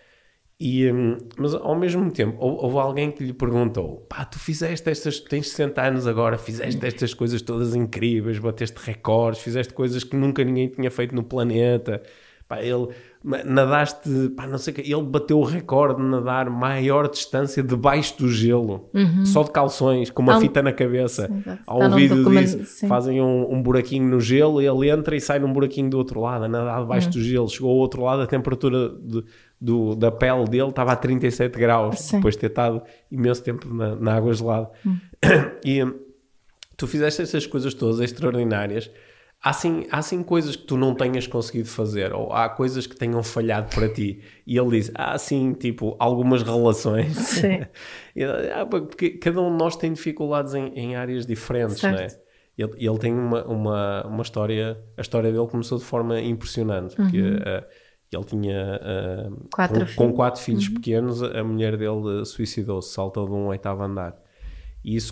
Mas ao mesmo tempo houve alguém que lhe perguntou, pá, tu fizeste tens 60 anos agora, fizeste estas coisas todas incríveis, bateste recordes, fizeste coisas que nunca ninguém tinha feito no planeta, pá, nadaste, pá, não sei o que, ele bateu o recorde de nadar maior distância debaixo do gelo, só de calções, com uma fita na cabeça. Sim, há um vídeo disso, fazem um buraquinho no gelo e ele entra e sai num buraquinho do outro lado, a nadar debaixo do gelo. Chegou ao outro lado, a temperatura da pele dele estava a 37 graus, sim, depois de ter estado imenso tempo na água gelada. E tu fizeste essas coisas todas extraordinárias. Há sim coisas que tu não tenhas conseguido fazer, ou há coisas que tenham falhado para ti. E ele diz, sim, tipo, algumas relações. Sim. Porque cada um de nós tem dificuldades em áreas diferentes, não é? Ele tem uma história, a história dele começou de forma impressionante, porque ele tinha, com 4 filhos pequenos, a mulher dele suicidou-se, saltou de um 8º andar. E isso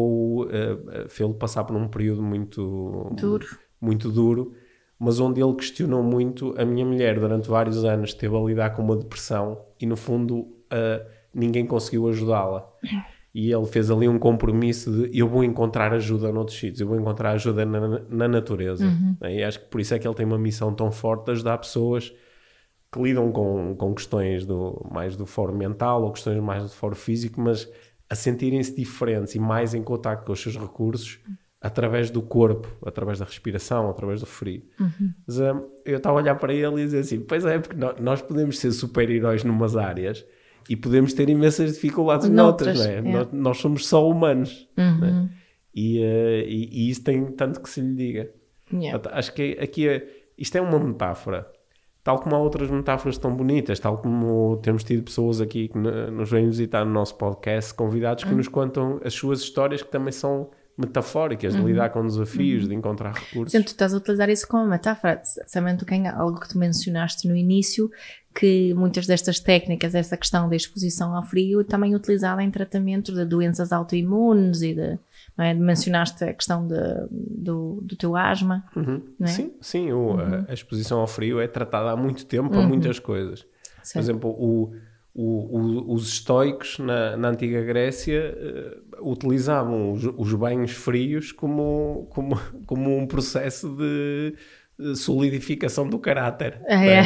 fez-lo passar por um período muito duro, mas onde ele questionou muito. A minha mulher, durante vários anos, esteve a lidar com uma depressão e, no fundo, ninguém conseguiu ajudá-la. E ele fez ali um compromisso de eu vou encontrar ajuda noutros sítios, eu vou encontrar ajuda na natureza. E acho que por isso é que ele tem uma missão tão forte de ajudar pessoas que lidam com questões mais do foro mental ou questões mais do foro físico, mas a sentirem-se diferentes e mais em contacto com os seus recursos através do corpo, através da respiração, através do frio. Mas, eu estava a olhar para ele e dizer assim, pois é, porque nós podemos ser super-heróis numas áreas e podemos ter imensas dificuldades noutras, não é? Nós somos só humanos. Né? E isso tem tanto que se lhe diga. Acho que aqui isto é uma metáfora. Tal como há outras metáforas tão bonitas, tal como temos tido pessoas aqui que nos vêm visitar no nosso podcast, convidados que nos contam as suas histórias que também são metafóricas, de lidar com desafios, de encontrar recursos. Sim, tu estás a utilizar isso como metáfora. Sabendo que algo que tu mencionaste no início, que muitas destas técnicas, esta questão da exposição ao frio, é também utilizada em tratamento de doenças autoimunes e não é? Mencionaste a questão do teu asma. Não é? Sim, a exposição ao frio é tratada há muito tempo para muitas coisas. Sim. Por exemplo, os estoicos na antiga Grécia utilizavam os banhos frios como um processo de solidificação do caráter.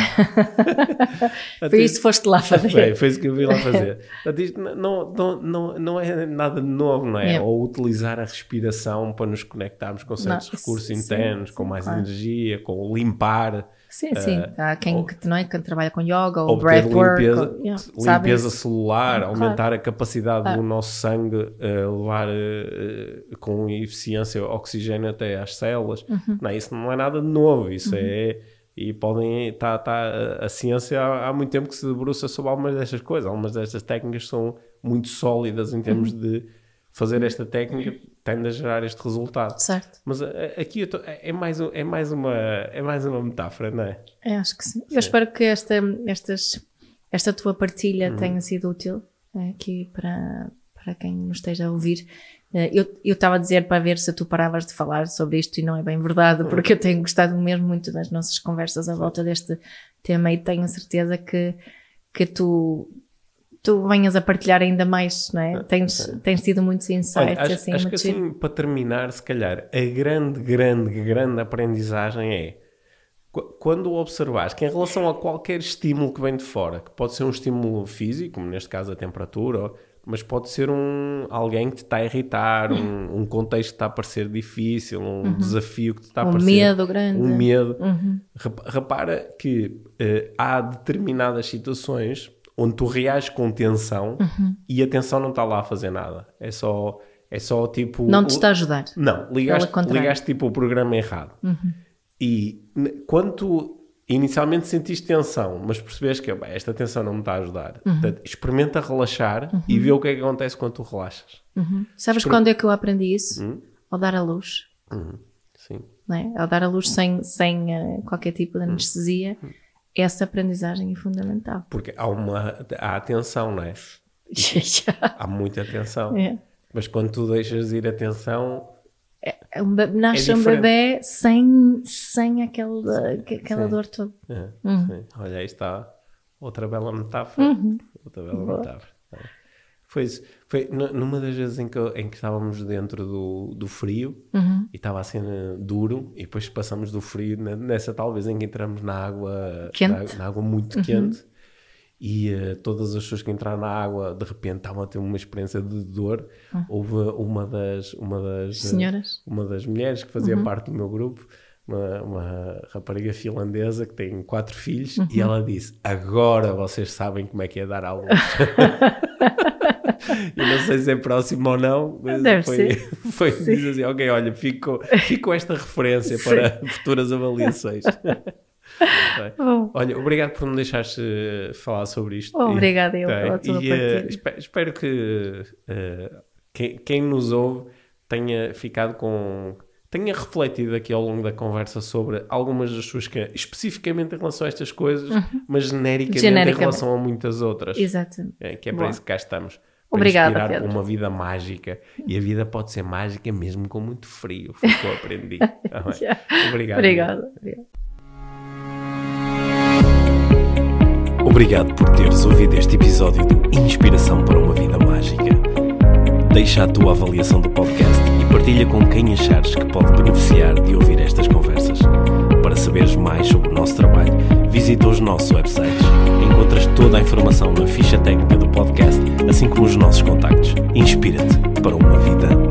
Foi isso que foste lá fazer. Foi isso que eu vim lá fazer. Não é nada de novo, não é? Ou utilizar a respiração para nos conectarmos com certos recursos internos, com mais energia, com limpar. Sim. Há quem trabalha com yoga ou breathwork. Limpeza celular, aumentar a capacidade do nosso sangue levar com eficiência oxigênio até às células. Não, isso não é nada de novo. Isso é... E podem... a ciência há muito tempo que se debruça sobre algumas destas coisas. Algumas destas técnicas são muito sólidas em termos de fazer esta técnica tende a gerar este resultado. Certo. Mas aqui é mais uma metáfora, não é? Acho que sim. Eu espero que esta tua partilha tenha sido útil aqui para quem nos esteja a ouvir. Eu estava a dizer para ver se tu paravas de falar sobre isto e não é bem verdade, porque eu tenho gostado mesmo muito das nossas conversas à volta deste tema e tenho certeza que tu venhas a partilhar ainda mais, não é? Tens tido muitos insights. Olha, acho que assim, para terminar, se calhar, a grande aprendizagem é quando observares que em relação a qualquer estímulo que vem de fora, que pode ser um estímulo físico, como neste caso a temperatura, mas pode ser alguém que te está a irritar, um contexto que está a parecer difícil, um desafio que te está a parecer... medo grande. Um medo. Repara que há determinadas situações onde tu reages com tensão e a tensão não está lá a fazer nada. É só É só tipo... Não te está a ajudar. Não, ligaste tipo o programa errado. E quando tu inicialmente sentiste tensão, mas percebes que esta tensão não me está a ajudar, portanto, experimenta relaxar e vê o que é que acontece quando tu relaxas. Sabes quando é que eu aprendi isso? Ao dar à luz. Sim. Não é? Ao dar à luz sem qualquer tipo de anestesia, essa aprendizagem é fundamental. Porque há atenção, não é? Há muita atenção. Mas quando tu deixas ir a atenção... Nasce um bebê sem aquela dor toda. Sim. Olha, aí está outra bela metáfora. Outra bela metáfora. Foi numa das vezes em que estávamos dentro do frio e estava assim duro, e depois passamos do frio nessa tal vez em que entramos na água quente. Na água muito quente, e todas as pessoas que entraram na água de repente estavam a ter uma experiência de dor. Houve uma das senhoras, uma das mulheres que fazia parte do meu grupo, uma rapariga finlandesa que tem 4 filhos, e ela disse: agora vocês sabem como é que é dar à luz. Eu não sei se é próximo ou não, mas foi dizer assim: ok, olha, fico esta referência para futuras avaliações. Olha, obrigado por me deixares falar sobre isto. Obrigada eu pela tua partilha. Espero que quem nos ouve tenha refletido aqui ao longo da conversa sobre algumas das suas crenças, especificamente em relação a estas coisas, mas genericamente em relação a muitas outras. Exatamente. Que é para isso que cá estamos. Obrigada, para inspirar Pedro. uma vida mágica. E a vida pode ser mágica mesmo com muito frio. Foi o que eu aprendi. Obrigado. Obrigada. Obrigado por teres ouvido este episódio de Inspiração para uma Vida Mágica. Deixa a tua avaliação do podcast e partilha com quem achares que pode beneficiar de ouvir estas conversas. Para saberes mais sobre o nosso trabalho, visita os nossos websites. Encontras toda a informação na ficha técnica do podcast, assim como os nossos contactos. Inspira-te para uma vida